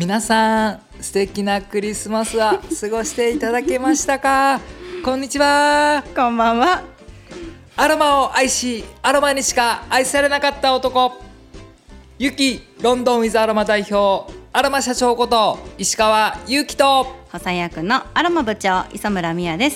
皆さん素敵なクリスマスは過ごしていただけましたか？こんにちは。 こんばんは。 アロマを愛しアロマにしか愛されなかった男、ユキロンドンウィズアロマ代表アロマ社長こと石川祐希と補佐役のアロマ部長磯村美也です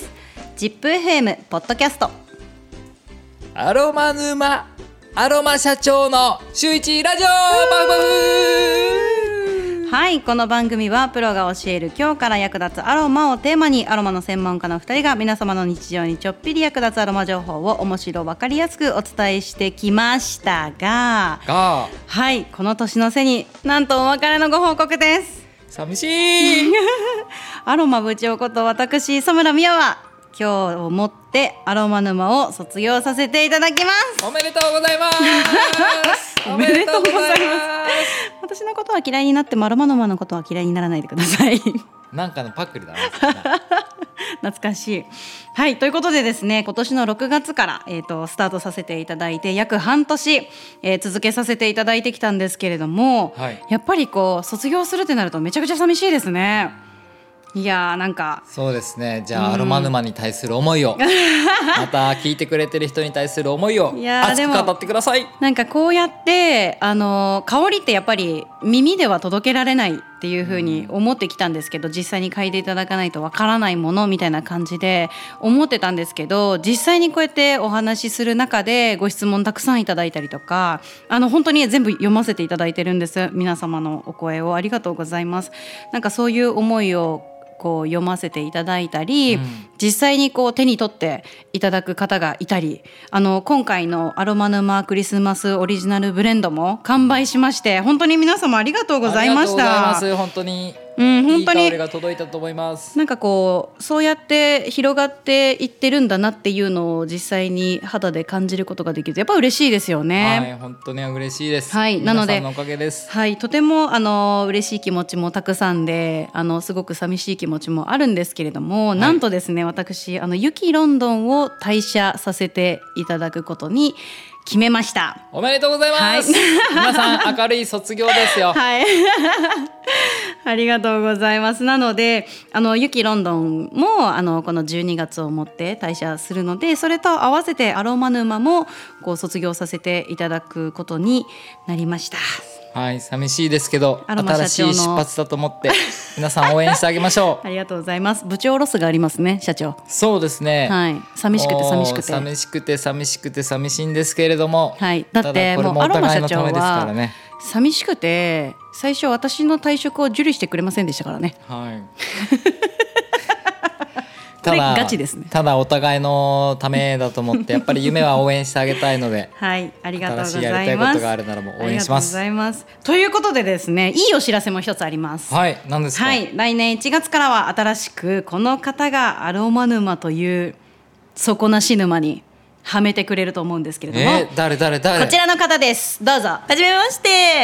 。ZIPFM ポッドキャストアロマ沼アロマ社長の週一ラジオバフバフ。 はい、この番組はプロが教える今日から役立つアロマをテーマに、アロマの専門家の2人が皆様の日常にちょっぴり役立つアロマ情報を面白分かりやすくお伝えしてきましたが、はい、この年の瀬になんとお別れのご報告です。 寂しいアロマ部長こと私磯村美也は今日をもってアロマ沼を卒業させていただきます。 おめでとうございますおめでとうございます。私のことは嫌いになってもアロマ沼のことは嫌いにならないでください。 なんかのパクリだな懐かしい。はい、ということでですね、今年の6月から、スタートさせていただいて約半年、続けさせていただいてきたんですけれども、 はい、 やっぱりこう卒業するってなるとめちゃくちゃ寂しいですね。いやー、なんかそうですね。じゃあ、アロマ沼に対する思いをまた聞いてくれてる人に対する思いを熱く語ってください。 なんかこうやって香りってやっぱり耳では届けられないっていう風に思ってきたんですけど、実際に嗅いでいただかないとわからないものみたいな感じで思ってたんですけど、実際にこうやってお話しする中でご質問たくさんいただいたりとか、本当に全部読ませていただいてるんです。皆様のお声をありがとうございます。なんかそういう思いをこう読ませていただいたり、実際にこう手に取っていただく方がいたり、今回のアロマ沼クリスマスオリジナルブレンドも完売しまして、本当に皆様ありがとうございました。 ありがとうございます。本当にいい香りが届いたと思います。 なんかこうそうやって広がっていってるんだなっていうのを実際に肌で感じることができるとやっぱ嬉しいですよね。 はい、本当に嬉しいです。 はい、なので皆さんのおかげです。 はい、とても嬉しい気持ちもたくさんで、すごく寂しい気持ちもあるんですけれども、はい、なんとですね、私ユキロンドンを退社させていただくことに決めました。 おめでとうございます、はい、皆さん明るい卒業ですよ。 はいありがとうございます。なのでユキロンドンもこの12月をもって退社するので、それと合わせてアロマ沼もこう卒業させていただくことになりました。 はい、寂しいですけど新しい出発だと思って皆さん応援してあげましょう。 ありがとうございます。部長ロスがありますね、社長。 そうですね、 はい、寂しくて寂しくて寂しくて寂しくて寂しいんですけれども、 はい、だってもうアロマ社長は寂しくて最初私の退職を受理してくれませんでしたからね。 はいこれガチですね。 ただお互いのためだと思ってやっぱり夢は応援してあげたいのではい、ありがとうございます。 新しいやりたいことがあるならもう応援します。ありがとうございます。ということでですね、いいお知らせも一つあります。 はい、何ですか？ はい、来年1月からは新しくこの方がアロマ沼という底なし沼にはめてくれると思うんですけれども、 誰こちらの方です。どうぞ。 はじめまして。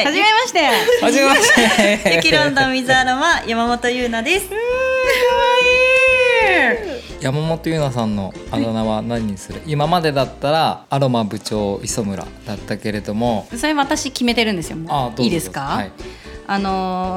はじめましてユキロンドンウィズアロマ山本優奈です。かわいい。山本優奈さんのあだ名は何にする？今までだったらアロマ部長磯村だったけれども、 それ私決めてるんですよ。いいですか？はい、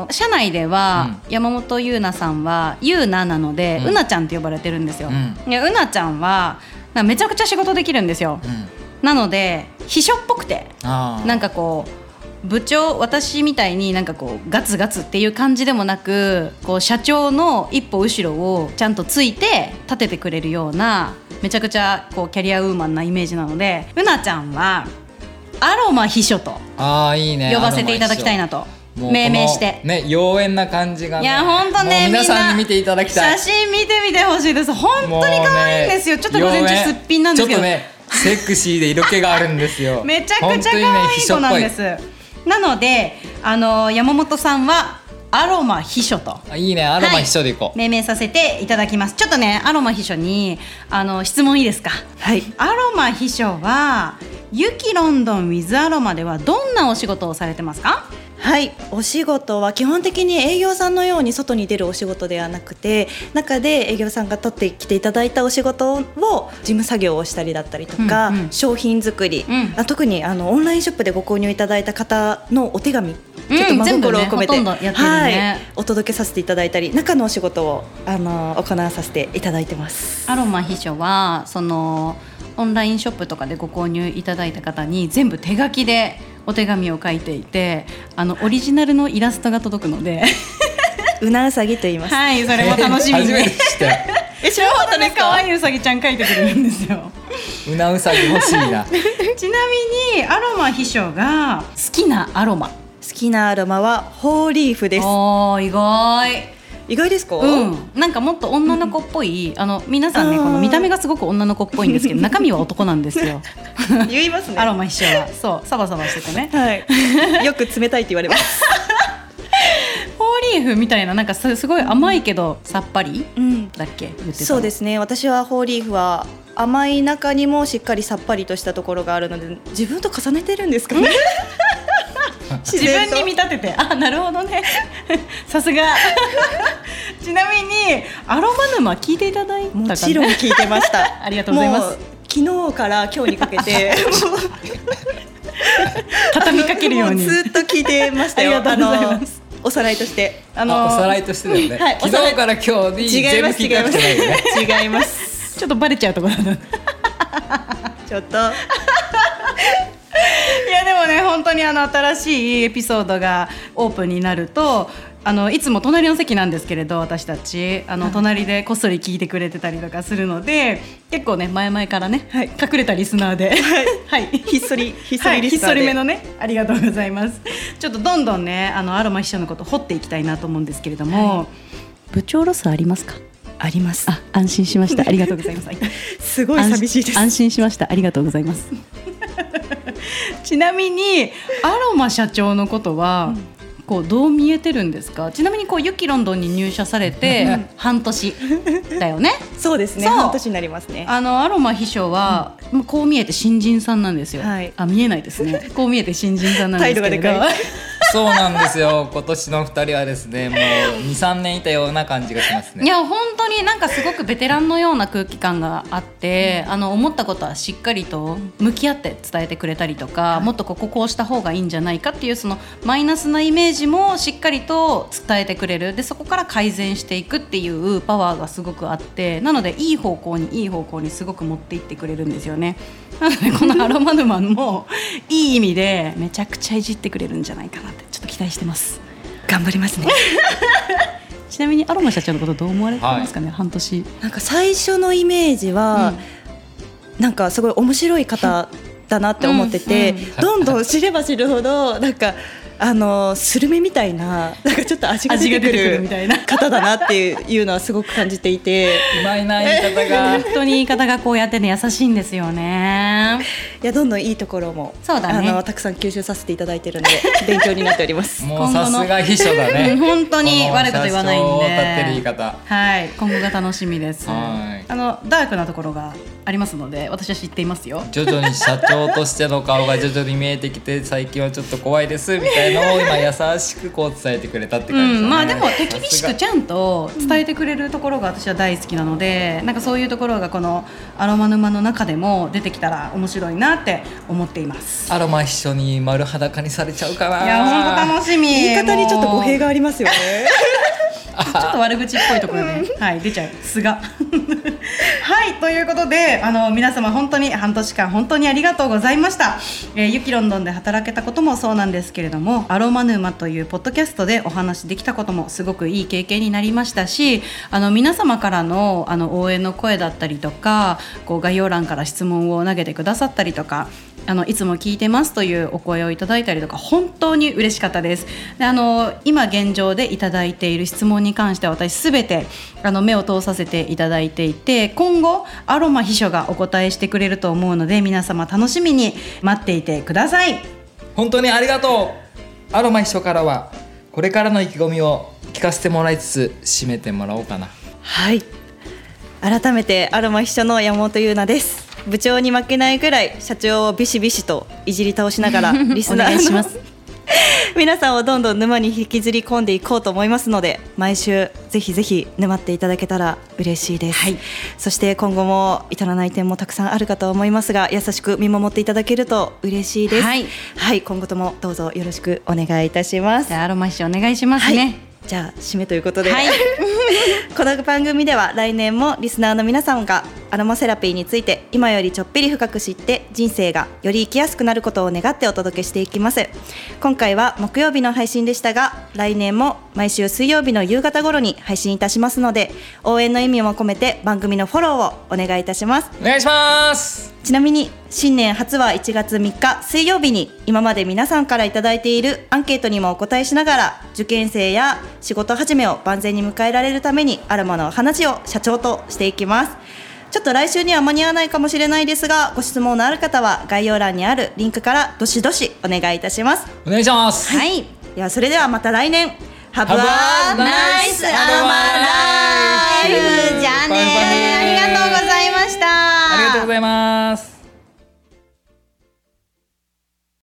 社内では、山本優奈さんは優奈なので、うなちゃんって呼ばれてるんですよ。うなちゃんはめちゃくちゃ仕事できるんですよ。なので秘書っぽくて、なんかこう部長、私みたいになんかこうガツガツっていう感じでもなく、こう社長の一歩後ろをちゃんとついて立ててくれるようなめちゃくちゃこうキャリアウーマンなイメージなので、うなちゃんはアロマ秘書と呼ばせていただきたいなと命名してね、妖艶な感じが、ね、 いや本当ね、 皆さんに見ていただきたい。 写真見てみてほしいです。本当に可愛いんですよ。ちょっと午前中すっぴんなんですけど、 ちょっとねセクシーで色気があるんですよめちゃくちゃ可愛い子なんです。なので山本さんはアロマ秘書と、 いいね、アロマ秘書でいこう、 命名させていただきます。ちょっとね、アロマ秘書に質問いいですか？はい、アロマ秘書はユキロンドンウィズアロマではどんなお仕事をされてますか？ はい、お仕事は基本的に営業さんのように外に出るお仕事ではなくて、中で営業さんが取ってきていただいたお仕事を事務作業をしたりだったりとか、商品作り、特にオンラインショップでご購入いただいた方のお手紙ちょっと真心を込めて、 全部ねほとんどやってるねお届けさせていただいたり、中のお仕事を行わさせていただいてます。 アロマ秘書はそのオンラインショップとかでご購入いただいた方に全部手書きでお手紙を書いていて、オリジナルのイラストが届くのでうなうさぎと言います。 はい、それも楽しみに初めて知った知らなかったですか？ 可愛いうさぎちゃん書いてくれるんですようなうさぎ欲しいな。 ちなみにアロマ秘書が好きなアロマ、 好きなアロマはホーリーフです。 意外。 意外ですか？ なんかもっと女の子っぽい、皆さんねこの見た目がすごく女の子っぽいんですけど中身は男なんですよ言いますね。 アロマ秘書はそうサバサバしててね、 はい、よく冷たいって言われますホーリーフみたいな、なんかすごい甘いけどさっぱり、だっけ言ってたの。 そうですね、私はホーリーフは甘い中にもしっかりさっぱりとしたところがあるので、自分と重ねてるんですかね自分に見立てて、なるほどねさすがちなみにアロマ沼聞いていただいたかな？ もちろん聞いてましたありがとうございます。 もう昨日から今日にかけて畳みかけるようにもうずっと聞いてましたよ。 ありがとうございます。 おさらいとしておさらいとしてだよね、 はい、 昨日から今日に全部聞いてなくてないよね。 違いますちょっとバレちゃうところだなちょっといやでもね、本当に新しいエピソードがオープンになると、いつも隣の席なんですけれど、私たち隣でこっそり聞いてくれてたりとかするので、結構ね前々からね、 はい、 隠れたリスナーで、はいひっそりリスナーで、 ひっそりめのね、ありがとうございます。ちょっとどんどんねアロマ秘書のこと掘っていきたいなと思うんですけれども、部長ロスありますか？ あります。 安心しました、ありがとうございますすごい寂しいです。 安心しました、ありがとうございますちなみにアロマ社長のことは、こうどう見えてるんですか？ちなみにユキロンドンに入社されて半年だよねそうですね、半年になりますね。 アロマ秘書は、こう見えて新人さんなんですよ、 はい、 見えないですねこう見えて新人さんなんですけれど態度がでかいそうなんですよ。今年の2人はですね、もう 2,3 年いたような感じがしますね。 いや本当になんかすごくベテランのような空気感があって、思ったことはしっかりと向き合って伝えてくれたりとか、もっとこうした方がいいんじゃないかっていうそのマイナスなイメージもしっかりと伝えてくれる。でそこから改善していくっていうパワーがすごくあって、なのでいい方向にすごく持っていってくれるんですよね。なのでこのアロマ沼もいい意味でめちゃくちゃいじってくれるんじゃないかなってちょっと期待してます。 頑張りますねちなみにアロマ社長のことどう思われてますかね、半年。 なんか最初のイメージは、なんかすごい面白い方だなって思ってて、どんどん知れば知るほどなんかスルメみたいな、なんかちょっと味が出てくるみたいな方だなっていうのはすごく感じていて、 うまいな言い方が本当に言い方がこうやってね優しいんですよね。 いやどんどんいいところもそうだね、 たくさん吸収させていただいているので勉強になっておりますもうさすが秘書だね本当に悪いこと言わないんで、 この社長を立てる言い方、 はい、今後が楽しみです。 はい、 ダークなところがありますので私は知っていますよ。 徐々に社長としての顔が徐々に見えてきて、最近はちょっと怖いですみたいなのを今優しくこう伝えてくれたって感じですね。 でも手厳しくちゃんと伝えてくれるところが私は大好きなので、なんかそういうところがこのアロマ沼の中でも出てきたら面白いなって思っています。 アロマ一緒に丸裸にされちゃうかな。 いや本当楽しみ。 言い方にちょっと語弊がありますよねちょっと悪口っぽいところで、出ちゃう素がはい、ということで皆様本当に半年間本当にありがとうございました。ユキロンドンで働けたこともそうなんですけれども、アロマ沼というポッドキャストでお話できたこともすごくいい経験になりましたし、皆様からの応援の声だったりとか、こう概要欄から質問を投げてくださったりとか、いつも聞いてますというお声をいただいたりとか本当に嬉しかったです。で今現状でいただいている質問に関しては私すべて目を通させていただいていて、今後アロマ秘書がお答えしてくれると思うので皆様楽しみに待っていてください。 本当にありがとう。アロマ秘書からはこれからの意気込みを聞かせてもらいつつ締めてもらおうかな。 はい、改めてアロマ秘書の山本優奈です。部長に負けないぐらい社長をビシビシといじり倒しながらリスナーの皆さんをどんどん沼に引きずり込んでいこうと思いますので、毎週ぜひぜひ沼っていただけたら嬉しいです、はい、そして今後も至らない点もたくさんあるかと思いますが、優しく見守っていただけると嬉しいです。はい、はい、今後ともどうぞよろしくお願いいたします。 じゃあアロマ師お願いしますね。はい、 じゃあ締めということで、はい、この番組では来年もリスナーの皆さんがアロマセラピーについて今よりちょっぴり深く知って人生がより生きやすくなることを願ってお届けしていきます。今回は木曜日の配信でしたが、来年も毎週水曜日の夕方頃に配信いたしますので、応援の意味も込めて番組のフォローをお願いいたします。 お願いします。 ちなみに新年初は1月3日水曜日に今まで皆さんからいただいているアンケートにもお答えしながら、受験生や仕事始めを万全に迎えられるためにアロマの話を社長としていきます。ちょっと来週には間に合わないかもしれないですが、ご質問のある方は概要欄にあるリンクからどしどしお願いいたします。 お願いします。 はい、ではそれではまた来年 Have a nice アロマライフ。じゃあね、ありがとうございました。 ありがとうございます。